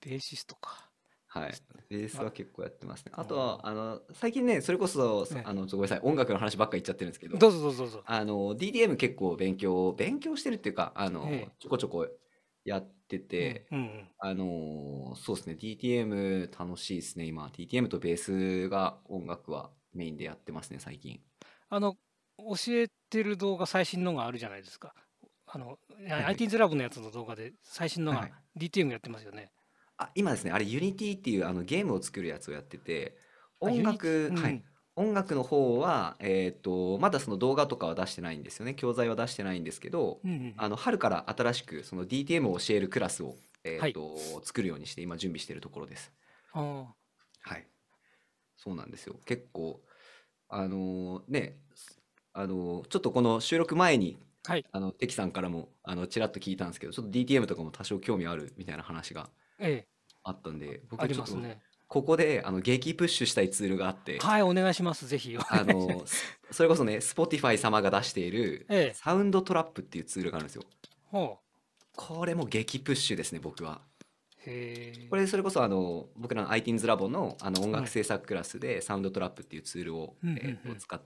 ベーシストか。 はい。ベースあ、 は結構やってますね。あとは、 あ最近ね、それこそ、 ね、 ごめんなさい、音楽の話ばっかり言っちゃってるんですけど、 どうぞどうぞどうぞ。 DTM 結構勉強してるっていうか、 ええ、 ちょこちょこやってうん、 て、 うん、うん。 そうですね、DTM 楽しいですね、今。DTM とベースが音楽はメインでやってますね、最近。 あの、教えてる動画最新のがあるじゃないですか。 はいはい。 IT's ラブのやつの動画で最新のがはいはい。 DTM やってますよね。 あ、今ですね、あれ、ユニティっていうゲームを作るやつをやってて、 あ、ユニティ、うんうはい。 ん。 音楽の方は、まだその動画とかは出してないんですよね。教材は出してないんですけど、 うんうんうん。 春から新しくその DTM を教えるクラスを、 はい。 作るようにして今準備しているところです。 ああ、 はい。そうなんですよ。結構、ね、ちょっとこの収録前に、 はい。 テキさんからも、ちらっと聞いたんですけど、ちょっと DTM とかも多少興味あるみたいな話がええ、 あったんで、 あ僕ちょっと、 りますね。 ここで、激プッシュしたいツールがあって、 はい、お願いします。ぜひお願いします。 それこそね、Spotify 様が出している、 ええ、 サウンドトラップっていうツールがあるんですよ。 ほこれも激プッシュですね、僕は。 う。へえ、 これ、それこそ、僕らの ITINS ラボの、音うん、 楽制作クラスで、サウンドトラップっていうツールを、 うん、うん、 使って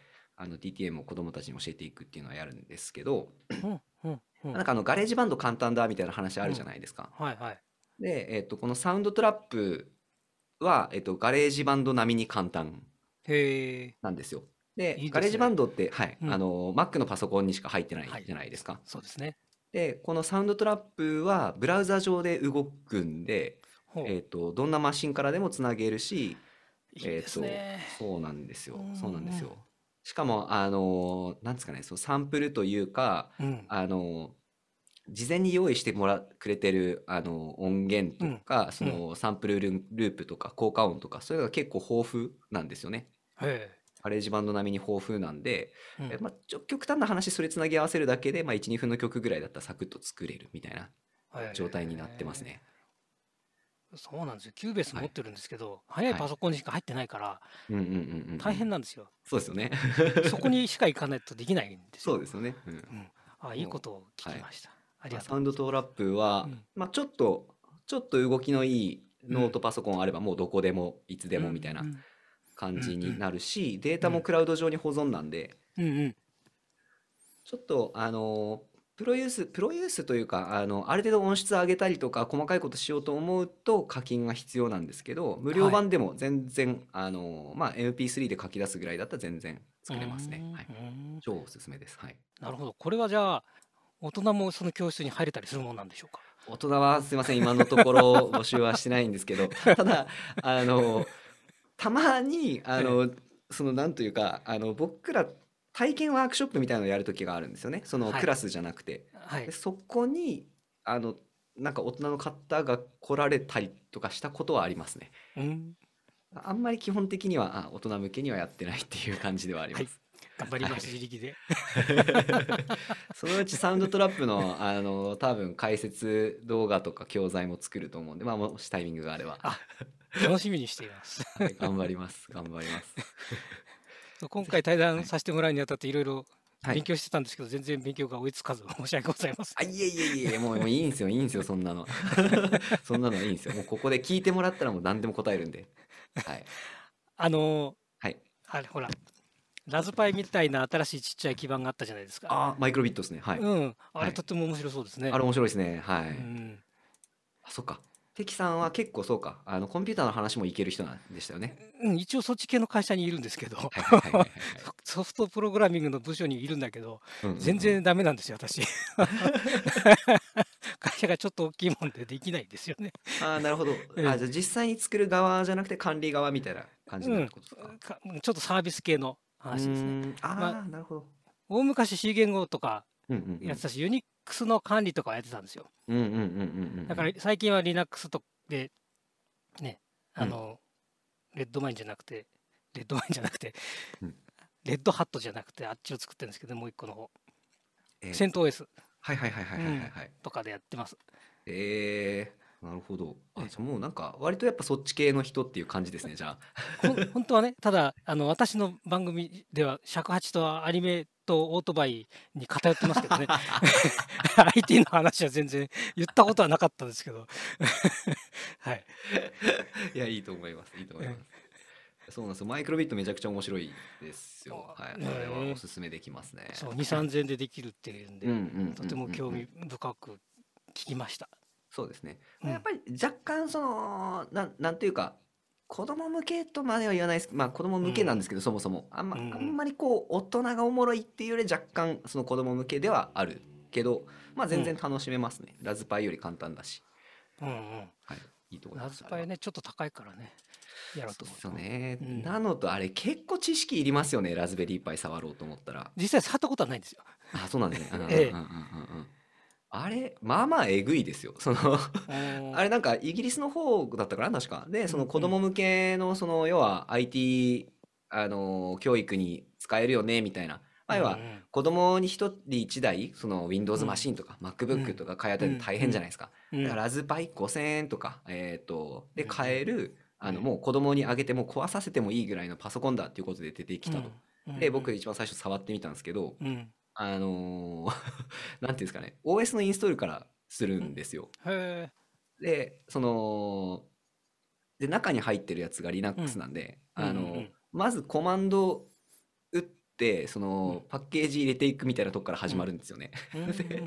、DTM を子供たちに教えていくっていうのはやるんですけど、 うん、うん、うん、 なんかガレージバンド簡単だみたいな話あるじゃうん。 ないですか。 はい、はい。 で、このサウンドトラップは、ガレージバンド並みに簡単へえ、 なんですよ。で、 いいガレージバですね。 ンドって、はい、 うん、 Mac のパソコンにしか入ってないはい。 じゃないですか。 そうですね。 で、このサウンドトラップはブラウザ上で動くんで、 ほどんなマシンからでもつなげるし、 う。いいですね。 そうなんですうん、 よ。そうなんですうん、 よ。しかも、なんですかね、そう、サンプルというか、 うん、 あの、事前に用意してくれてる音源うん、 とか、 うん。 サンプルループとか効果音とか、そういうのが結構豊富なんですよね。 へえ、 ガレージバンド並みに豊富なんで、 うん。 まあ、極端な話、それつなぎ合わせるだけで、まあ、1、2分の曲ぐらいだったらサクッと作れるみたいなへ状態になってますえ、 ね。 そうなんですよ。キューベースはい。 持ってるんですけど、速いはい。 パソコンにしか入ってないから、 うんうんうんうんう大変ん。 なんですよ。 そうですよね。 そこにしか行かないとできないんですよ。 そうですよね。うん。 うん。あ、いいこもとをう、はい。 聞きました。ありまあ、 がとサウンドトラップは、 う。うん。 まあ、ちょっと動きのいいうん。 ノートパソコンあれば、もうどこでも、いつでうん。 もみたいなうん。 感うん。うん。 じになるし、データもうん。 クラウド上に保存なんで、 うん。うん。 ちょっと、プロユースというか、ある程度音質上げたりとか、細かいことしようと思うと課金が必要なんですけど、無料はい。 版でも全然、まあ、MP3 で書き出すぐらいだったら全然うー作れますね。 ん。うはい。 ーん。 超おすすめです。はい。 なるほど。これはじゃあ、大人もその教室に入れたりするものなんでしょうか。 大人はすいません、今のところ募集はしてないんですけど、ただ、あの、たまに、 ええ。 なんというか、僕ら体験ワークショップみたいなのをやる時があるんですよね。そのはい。 クラスじゃなくて。で、 はい。 そこに、あの、なんか大人の方が来られたりとかしたことはありますね。 うん。 あんまり基本的には、大人向けにはやってないっていう感じではありはい。 ます。 頑張ります。 はい。 自力で。 そのうちサウンドトラップの、多分解説動画とか教材も作ると思うんで、まあ、もしタイミングがあれば。 あ、楽しみにしています。 はい、頑張ります。頑張ります。 そう今ぜひ。 回対談はい。 させてもらうにあたっていろいろはい。 勉強してたんですけど、全然勉強が追いつかず申し訳ございません。 あ、いえいえいえ、もういいんですよ、いいんですよ、そんなの。そんなのはいいんですよ。もうここで聞いてもらったらもう何でも答えるんで。はい。 あのはい。 あれほら、ラズパイみたいな新しいちっちゃい基板があったじゃないですか。 あー、マイクロビットですね。はい。 うん、あはい。 れとっても面白そうですね。 あれ面白いですね。はうい。 ん、 あ、そっか。テキさんは結構そうか。コンピューターの話もいける人なんでしたよね。 うん、一応そっち系の会社にいるんですけど、 はいはいはいはいはいはい。 ソフトプログラミングの部署にいるんだけど、 うんうんうん。 全然ダメなんですよ、私。会社がちょっと大きいもんでできないんですよね。 ああ、なるほど。あ、 えじゃあ実際に作る側じゃなくて管理側みたいな感じになるっうん、 てことですか？ ちょっとサービス系のうー話ですね。 ん、 まあ、 ああ、なるほど。 大昔 C 言語とかうんうんうん。 やってたし、ユニックスの管理とかやってたんですよ。 うんうんうんうんうんだから最近は Linux とでね、 うん。うん。 あの、レッドマインじゃなくて、レッドマインじゃなくて、 うん。 レッドハットじゃなくて、あっちを作ってるんですけど、もう一個の方、セントえっと、 OS、 はいはいはいはいうん、 はいはいはい。 とかでやってます。 なるほど。あ、 えじゃあもうなんか割とやっぱそっち系の人っていう感じですね、じゃあ。 本当はね、ただ、私の番組では尺八とアニメとオートバイに偏ってますけどね。IT の話は全然言ったことはなかったですけど。はい。 いや、いいと思います。いいと思いまえす。そうなんですよ。マイクロビットめちゃくちゃ面白いですよ。 あはい。 ねあれはおえ、 すすめできますね。 そう、2、3000円でできるっていうんうんうんうで、とても興味んうんうん。 深く聞きました。 そうですね。 うん。 やっぱり若干なんていうか、子供向けとまでは言わないです。まあ子供向けなんでうん。 すけど、そもそも。あんうん。 まりこう、大人がおもろいっていうより若干その子供向けではあるけど、まあうん。 全然楽しめますね。ラズパイより簡単だし。 うん。うん。 はい。いいと思いラます、あれは。 ズパイね、ちょっと高いからね、やろうそうっすよと思うと。 ね。 うん。 なのと、あれ結構知識いりますよね。ラズベリーパイ触ろうと思ったら。 実際触ったことはないんですよ。 あ、そうなんですね。うんうんうんうんうんええ。 うん。あれ、まあまあえぐいですよ。 おー。 あれなんかイギリスの方だったかな、確か。で、そのうん。うん。 子供向けの要は IT、教育に使えるよね、みたいな。 う前はん。 子供に一人一台、Windows マうん。 シンとかう MacBook とん。 か買い与うん。 えるの大うん。 変じゃないですか。だからうん。 ラズパイ5000円とか、で買うん。 える、 うん。 もう子供にあげてもう壊させてもいいぐらいのパソコンだっていうことで出てきたと。 うん。うで、僕ん。 一番最初触ってみたんですけど、 うん。 なんていうんですかね、OS のインストールからするうん。 んですよ。 へえ。 で、中に入ってるやつがう Linux ん。 なんで、 うん。うん。 まずコマンド打って、 うん。 パッケージ入れていくみたいなとこから始まうん。 るんですよね。 うん。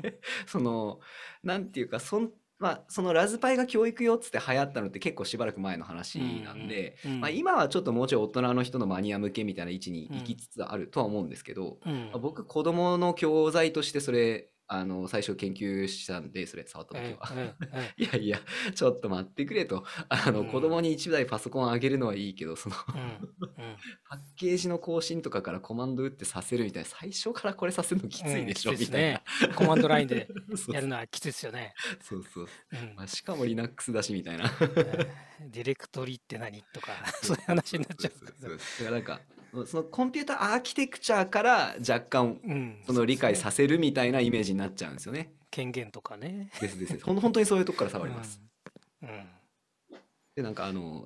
で、なんていうか、まあ、そのラズパイが教育用っつって流行ったのって結構しばらく前のう話なんん。 で、まあ、 うん。 今はちょっともうちょい大人の人のマニア向けみたいな位置にうん。 行きつつあるとは思うんですけど、 うん。 まあ僕子供の教材としてそれ、最初研究したんで、それ触った時は。 ええ。ええ。えいやいや、ちょっと待ってくれと。 え。う子供ん。 に一台パソコンあげるのはいいけど、 うん。うん。 パッケージの更新とかからコマンド打ってさせるみたいな、最初からこれさせるのきうん。きついついでしょみたいな。 ですね。コマンドラインでそうやるのはきついですよね。 そうそう。 うん。 まあ、しかも Linux だしみたいな。 ディレクトリって何とか、 そうそういうそうそう話になっちゃうけど。 そうそう。だからなんか、そのコンピューターアーキテクチャから若干うん。 その理そうですね。 解させるみたいなイメージになっちゃうんですよね。 権限とかね。 ですです。本当にそういうとこからう触ります。 ん。うん。 で、なんか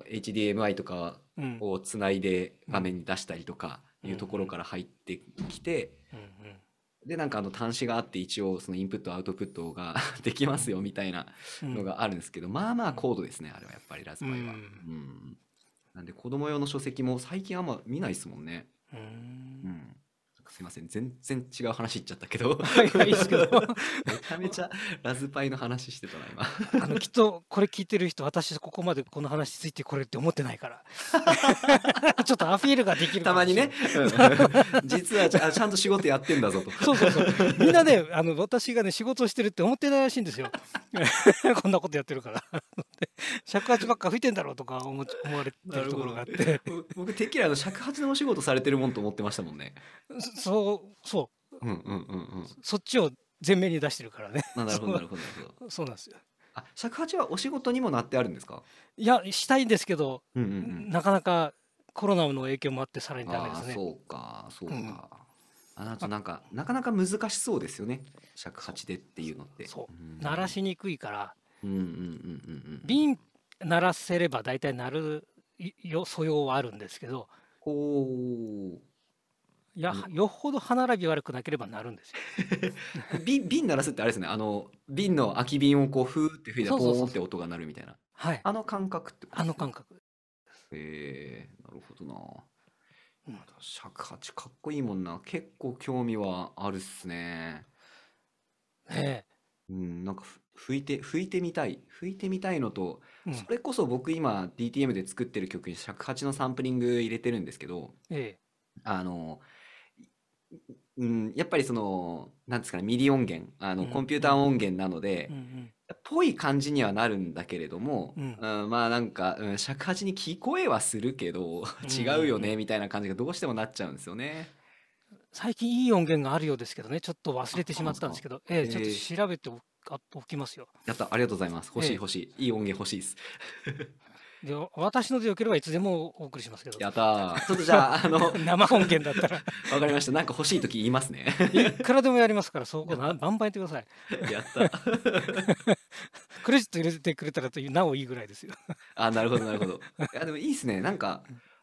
HDMI とかうん。 をつないでうん。 画面に出したりとかうん。ういうところん。 から入ってきて、 うん。 で、なんか端子があって一応そのインプットアウトプットができまうん。 すよみたいなうん。 のがあるんですけど、まあまあ高度ですね、あれはやっぱりラズうパイは。 ん。 うん。なんで子供用の書籍も最近あんま見ないですもんね。 うん。 うん。すいません、全然違う話言っちゃったけどはいはい、いいですけど。 めちゃめちゃラズパイの話してたな、今きっとこれ聞いてる人、私ここまでこの話ついてこれって思ってないから。ちょっとアピールができるたまにね、 かもしれない。 うん実はちゃんと仕事やってんだぞと。 そうそうそう。みんなね、私がね、仕事をしてるって思ってないらしいんですよ。こんなことやってるから。尺八ばっか吹いてんだろうとか思われてるとこなるほど。 ろがあって。 僕、てっきり尺八のお仕事されてるもんと思ってましたもんね。 そう、 うんうんうんうん。 そっちを前面に出してるからね。 なるほどなるほどなるほど。 そうなんですよ。 あ、尺八はお仕事にもなってあるんですか？ いや、したいんですけど、 うんうんうん。 なかなかコロナの影響もあってさらにダメでああ、 すね。 そうか、そううん。 か。あとあ、 なんか、なかなか難しそうですよね。尺そう、 八でっていうのって。 そうう。鳴らん。 しにくいから、 うんうんうんうんうんうんうん。 瓶鳴らせれば大体鳴る素養はあるんですけど、 ほう。あの、 よっぽど歯並び悪くなければ鳴るんですよ。 瓶鳴らすってあれですね。瓶の空き瓶をこう、ふーって吹いたら、ポそうそうそうそう。 ーンって音が鳴るみたいな。 はい。 あの感覚ってことあですね。 の感覚。 なるほどな。 うん。 尺八かっこいいもんな。結構興味はあるっすね。 ええ。 うん、なんか吹いてみたい。吹いてみたいのと、 うん。 それこそ僕今 DTM で作ってる曲に尺八のサンプリング入れてるんですけど、 ええ。 あの、うん、やっぱりなんですかね、ミディ音源、 うん。 コンピューうん。 ター音源なので、 うん。 ぽい感じにはなるんだけれども、 うん。 まあなんか、尺八に聞こえはするけど、 うん。うん。 違うようん。 ね、みたいな感じがどうしてもなっちゃうんですよね。 最近いい音源があるようですけどね、ちょっと忘れあ、 てしそうなんですか。 まったんですけど、ええ、ちょっとえー、 調べておきますよ。 やった、ありがとうございます。欲ええ。 しい欲しい。いい音源欲しいです。 で、私のでよければいつでもお送りしますけど。 やったー。ちょっとじゃあ、 生音源だったらわかりました。なんか欲しいとき言いますね。 いくらでもやりますから、そこやった。 バンバン言ってください。 やった。 クレジット入れてくれたらなおいいぐらいですよ。 あ、なるほど、なるほど。いや、でもいいっすね。なんか、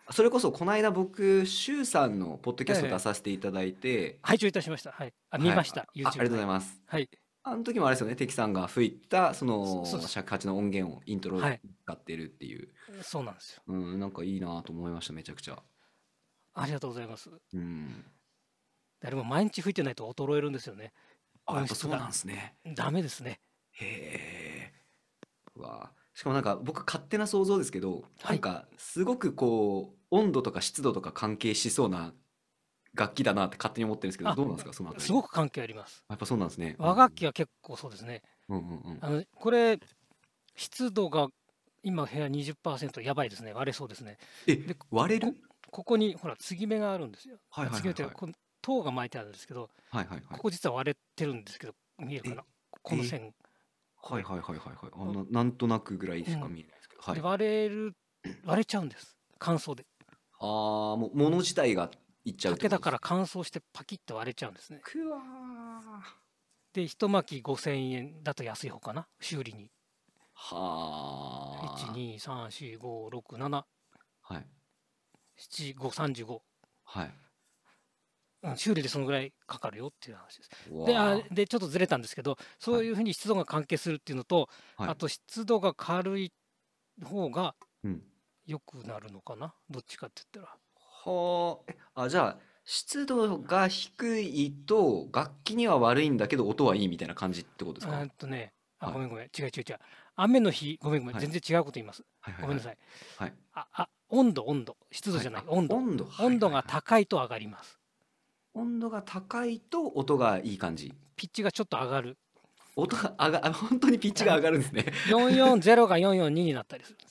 それこそこの間僕、シュウさんのポッドキャスト出ええさせていただいて、 拝聴いたしました。はい。見はい、 ました。 ありがと YouTube。 うごはい。 ざいます。 はい。 あの時もあれですよね、テキさんが吹いた、そのそうです。 尺八の音源をイントロはい。 に使ってるっていう、 そうなんですよ。 うん、なんかいいなと思いました、めちゃくちゃ。 ありがとうございます。 うん。 でも毎日吹いてないと衰えるんですよね。 あ、やっぱそう音質が。 なんですね。 ダメですね。 へえ。うわしかもなんか僕勝手な想像ですけど、 はい。 なんかすごくこう、温度とか湿度とか関係しそうな楽器だなって勝手に思ってるんですけど、 あ、 どうなんですか、そのあたり。 すごく関係あります。 やっぱそうなんですね。うん。 和楽器は結構そうですね。 うんうんうん。 これ、湿度が今部屋20%やばいですね。割れそうですね。 え、 で、こ割れる。 ここにほら継ぎ目があるんですよ。 はいはい継ぎ目はいはい。 ってこの塔が巻いてあるんですけど、 はいはいはい。 ここ実は割れてるんですけど、見えるかえ、 な。このえ、 線、これ。 はいはいはいはいはい。なんとなくぐらいしかうん。 見えないですけど、はで、 い。 割れちゃうんです。乾燥で。 ああ、もう物自体がいっちゃうって竹だからことですね。 乾燥してパキッと割れちゃうんですね。 くわー。 で、一巻き5000円だと安い方かな。修理に。1、 は 2、3、4、5、6、7、 あ。はい。 7、5、35。 はい。 修理でそのぐらいかかるよっていう話です。 わで、ちょっとずれたんですけど、 あ。はい。 そういうふうに湿度が関係するっていうのと、 はい。 あと湿度が軽い方がうん。 良くなるのかな。どっちかって言ったら。 はあ。じゃあ、湿度が低いと楽器には悪いんだけど音はいいみたいな感じってことですか？ ごはい。 めんごめん。違う違う違う。雨の日、ごめんごめん。 はい。 全然違うこと言います。 はいはいはい。 ごめんなさい。 はい。 温度。湿度はい。 じゃない。温度。 温度。はい温度がはいはい。 高いと上がります。 温度が高いと音がいい感じ。 ピッチがちょっと上がる。 音が本当にピッチがあ上がるんですね。 440が442になったりするんです。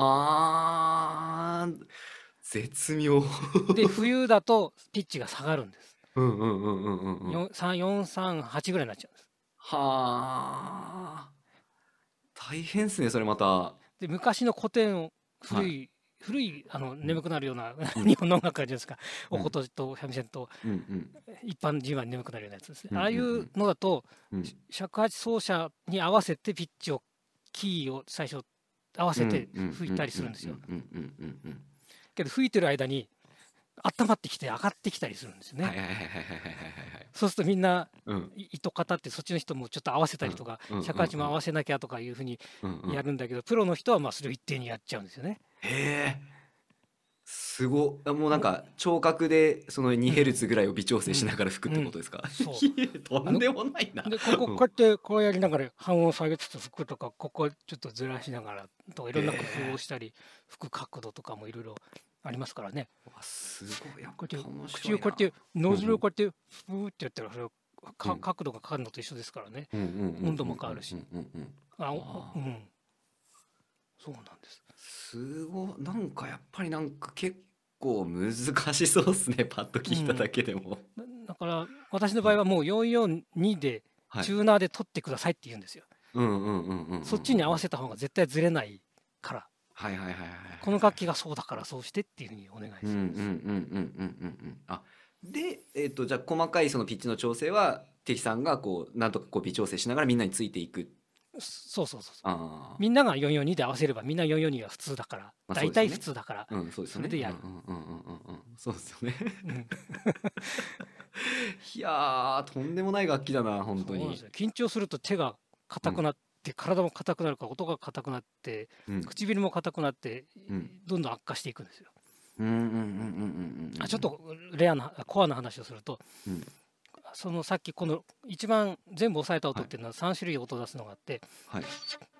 あー、絶妙。 で、冬だとピッチが下がるんです。 うんうんうんうんうんうん。 438ぐらいになっちゃうんです。 はあ。大変っすね、それまた。 で、昔の古典を、 はい。 古い、 うん。 眠くなるようなうん。 日本の音楽あるじゃないですか。おうん。 琴と三味線とうんうん。 一般人は眠くなるようなやつですね。 うんうんうああいうん。 のだと、 うん。 尺八奏者に合わせてピッチを、キーを最初合わうんうせて吹いたんうんうんうんりするんですよ。 うんうんうんうん。 けど吹いてる間に温まってきて上がってきたりするんですよね。 はいはいはいはいはいはいはいはい。 そうするとみんなうん。 糸方ってそっちの人もちょっと合わせうん。 たりとかうんうん尺八も合うん。 わせなきゃとかいうふうにうんうん。 やるんだけどプロの人はまあそれを一定にやっちゃうんですよね。 へえ。もうなんもか聴覚でその2 う、うん、 ヘルツぐらいを微調整しなうん、 がら吹くっうん、 てことですか？ そいえ、とう。 んでもないな。 で、 うん。 こうやってこうやりながら半音下げつつ吹くとか、ここちょっとずらしながらとかいろんな工夫をへえ。 したり、吹く角度とかもいろいろありますからね。 わ、すごい、やっこうやってぱ面白いな。 口をこうやってノズルをうんうん。 こうやってふーってやったらそれうん角度が変わるのと一緒ですからね。 うんうんうんうん温度も変わるし。 うんうんうんうん。 うああ、 ん、そうなんです。 なんかやっぱりなんか結構難しそうっすね、パッと聞いただうん。 けでも。 だから私の場はい。 合はもう442ではい。 チューナーで取ってくださいって言うんですよ。 うんうんうんうんうんうんそっちに合うん。 わせた方が絶対ずれないから。 はいはいはいはいはいこのはい。 楽器がそうだからそうしてっていうふうにお願いうんうんうんうんうんするんです。 うん。で、じゃあ細かいそのピッチの調整は、敵さんがこう、なんとかこう微調整しながらみんなについていく。 そう。 ああ、 みんなが442で合わせればみんな442が普通だから、 まあそう大体普ですよね。 通だから、 うん、そうですよね。うんうんそれでやる。 うんうんうんうん。そうですよね。 うん。 いやー、とんでもない楽器だな、本当に。 そうなんですよ。緊張すると手がうん、 硬くなって、体も硬くなるから音が硬くなって、 うん、 唇も硬くなって、 うん。 どんどん悪化していくんですよ。 うんうんうんうんうんうんちょっとコアな話をすると、 うんうん。 そのさっきこの一番全部押さえた音はい、 っていうのは3種類音を出すのがあって、 はい、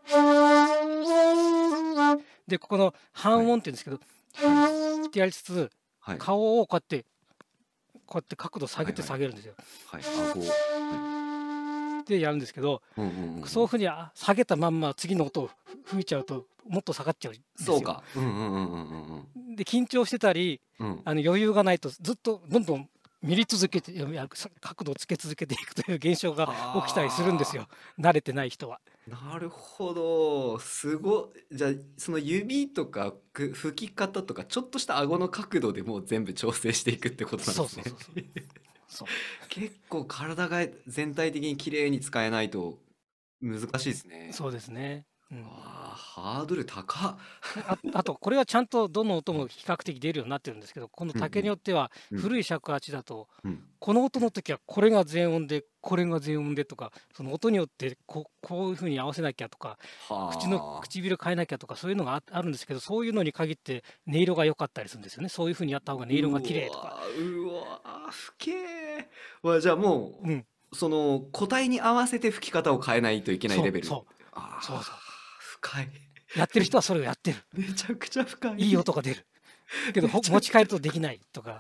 で、ここのはい、 半音って言うんですけど、 はい、 ってやりつつ、 はい、 顔をこうやって角度下げてはいはい、 下げるんですよ。 はい、顎、はい。 でやるんですけど、 うんうんうんうん。 そういうふうに下げたまんま次の音を吹いちゃうともっと下がっちゃうんですよ。 そうか。うんうんうんうんうんで緊張してたりうん。うん。 余裕がないとずっとどんどん見り続けて角度をつけ続けていくという現象が起きたりするんですはあ。 よ。慣れてない人は。 なるほど。じゃあ、その指とか吹き方とか、ちょっとした顎の角度でもう全部調整していくってことなんですね。 そう。そう結構体が全体的に綺麗に使えないと難しいですね。 そうですね。うん。 ハードル高っ。 あとこれはちゃんとどの音も比較的出るようになってるんですけど、このうん竹によってはうん古い尺八だと、 うんこの音の時はこれが全音でこれが全音でとか、その音によってこういう風に合わせなきゃとか、 はあ。 唇変えなきゃとか、そういうのがあるんですけど、そういうのに限って音色が良かったりするんですよね。そういう風にやった方が音色が綺麗とか。 うわー、ふけー。じゃあもうん、 う、その個体に合わせて吹き方を変えないといけないレベル。 そうそう。 深い。 やってる人はそれをやってる。 めちゃくちゃ深い。 いい音が出る。けど持ち帰るとできないとか。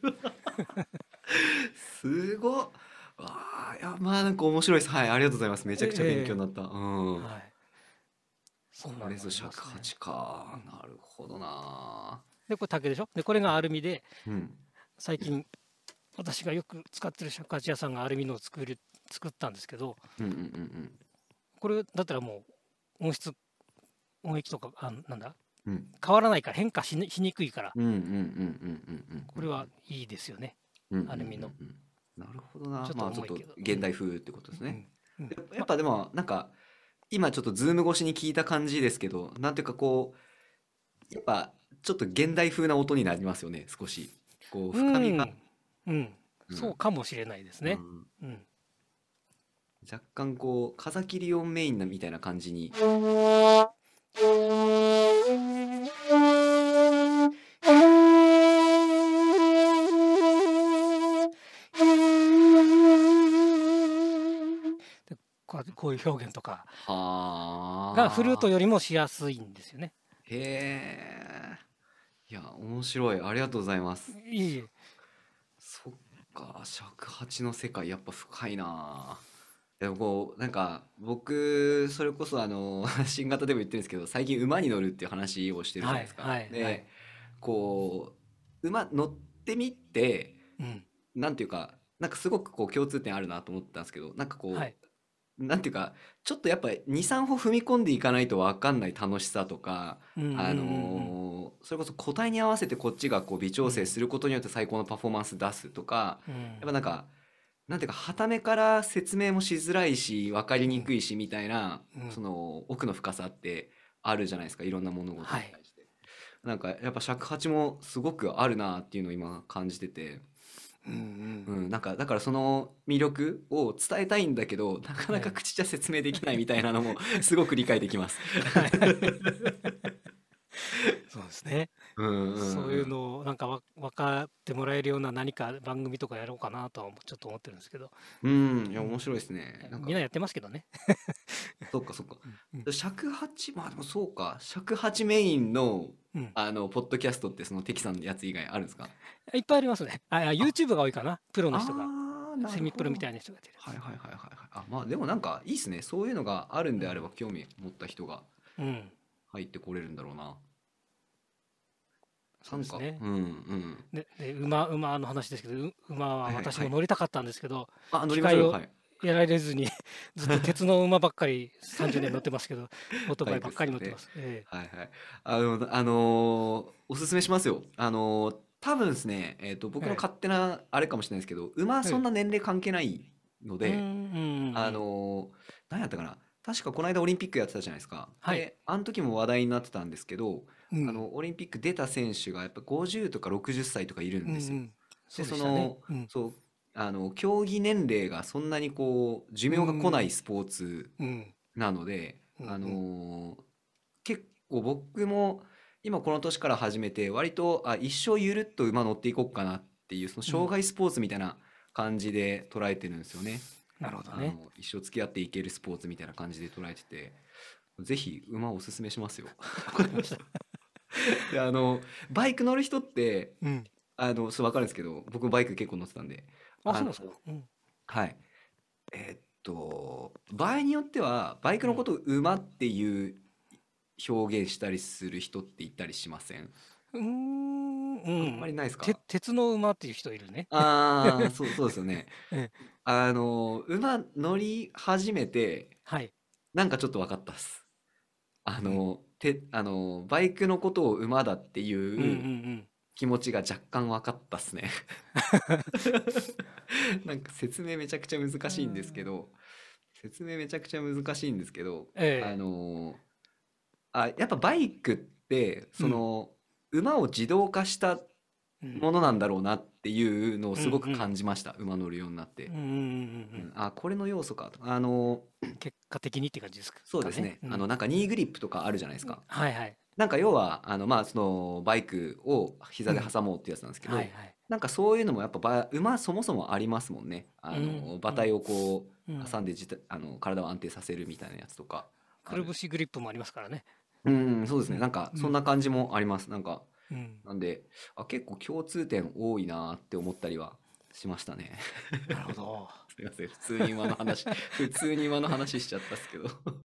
すごっ。いや、まあなんか面白いです。はい、ありがとうございます。めちゃくちゃ勉強になった。 はい。そんなのこれぞありますね。 尺八か。なるほどな。 で、これ竹でしょ。で、これがアルミで、 うん。 最近私がよく使ってる尺八屋さんがアルミのを作ったんですけど、 うんうんうんこれだったらもう音域とかなんだうん。 変わらないから変化しにくいから、 うんうんうんうんうんうん。 これはいいですよね。アルミの。 なるほどな。 ちょっとまあちょっと重いけど。 現代風ってことですね。 うん。 やっぱでもなんか今ちょっとズーム越しに聞いた感じですけど、なんていうかこうやっぱちょっと現代風な音になりますよね。少しこうう深みが。 ん。うん。そうかもしれないですね。 うん、 うん。 若干こう風切り音メインなみたいな感じに。 でこういう表現とかがフルートはあ。 よりもしやすいんですよね。 へえ。いや、面白い。ありがとうございます。 いい。 そっか、尺八の世界やっぱ深いな。でもこう、なんか僕、それこそ新型でも言ってるんですけど、最近馬に乗るっていう話をしてるじゃはいないですか。 はいはい。 で、こう、馬乗ってみて、 うん。 なんていうか、なんかすごくこう共通点あるなと思ったんですけど、なんかこはい。 う、なんていうか、ちょっとやっぱ2、3歩踏み込んでいかないと分かんない楽しさとか、 うんうんうんそれこそ個体に合わせてこっちがこう微調うん。うん整することによって最高のパフォーマンス出すとか、 うんやっぱなんか、なんていうか、傍目から説明もしづらいし、分かりにくいしみたいな、そうんの奥の深さってあるじゃないですか、いろんな物事はい。 に対して。なんかやっぱ尺八もすごくあるなっていうのを今感じてて。 うんうん。 なんかだからその魅力を伝えたいんだけど、なかなかはい。 口じゃ説明できないみたいなのもすごく理解できます。 はい。そうですね。 うんうんそういううん。 のをなんか分かってもらえるような何か番組とかやろうかなとはちょっと思ってるんですけど、 うん、いやうん、 面白いですね。なんか、 みんなやってますけどね。 そっかそっか。 うんうん尺八、まあでもそうか。尺八メインのうん、 ポッドキャストってそのテキさんのやつ以外あるんですか？ いっぱいありますね。 あ、 YouTube が多いかな。プロの人が、 ああ、なセるほど。 ミプロみたいな人がやってるやつ。 はいはいはいはいはい。まあでもなんかいいっすね。そういうのがあるんうんであれば興味持った人がうん、 入ってこれるんだろうな。なんか、 そうですね。 うんうん。 で馬の話ですけど、馬は私もはいはい。 乗りたかったんですけど、 乗りましょうよ。 機会をはい。 得られずにずっと鉄の馬ばっかり30年乗ってますけど、オートバイバイばっクっすよね。 かり乗ってます。 はいはい。おすすめしますよ。多分ですね、僕のえ勝手なあれかもしれないですけど、馬はええそんな年齢関係ないのうんうで、あんの何やったかな。確かこの間オリンピックやってたじゃないですか。 はい。 で、あの時も話題になってたんですけど、 うんオリンピック出た選手がやっぱ50とか60歳とかいるんですよ。で、 そうでしたね。 そう、競技年齢がそんなにこう、寿う命が来ないんスポーツうんなので、 うん結構僕も今この年から始めて割と一生ゆるっと馬乗っていこうかなっていうそのうん。 障害スポーツみたいな感じで捉えてるんですよね。 なるほどね。 一生付き合っていけるスポーツみたいな感じで捉えてて、ぜひ馬をおすすめしますよ。 わかりました。 で、バイク乗る人ってうん。 そう分かるんですけど、僕バイク結構乗ってたんで、 あ、 あのそうなんですか。 はい。場合によってはバイクのことを馬っていう表現したりする人っていたりしません？あんまりないですか？ 鉄の馬っていう人いるね。 そうですよね。 ええ馬乗り始めて、 はい。 なんかちょっと分かったっす。 うん。 バイクのことを馬だってうんうんういうん。 気持ちが若干分かったっすね。なんか説明めちゃくちゃ難うしいんですけんど、説明めちゃくちゃ難しいんですけど、 ええ。 やっぱバイクってうん。 馬を自動化したうん。 ものなんだろうなっていうのをうんすごくうん。 感じました。馬乗るようになって。 うんうんうんうん。 これの要素かと。 結果的にって感じですかね。 そうですね。 うん。 なんかニーグリップとかあるじゃないですか。 はいはい。 なんか要は、バイクを膝でうん。 挟もうってやつなんですけど、 はいはい。 なんかそういうのもやっぱ馬そもそもありますもんね。 うん。うん。 馬体をこううん。 挟んで体を安定させるみたいなやつとかくるぶある。 しグリップもありますからね。 そうですね。なうん。 んかうん。 そんな感じもあります。 うん。 なんで、結構共通点多いなって思ったりはしましたね。 なるほど。 すいません。普通に馬の話しちゃったっすけど。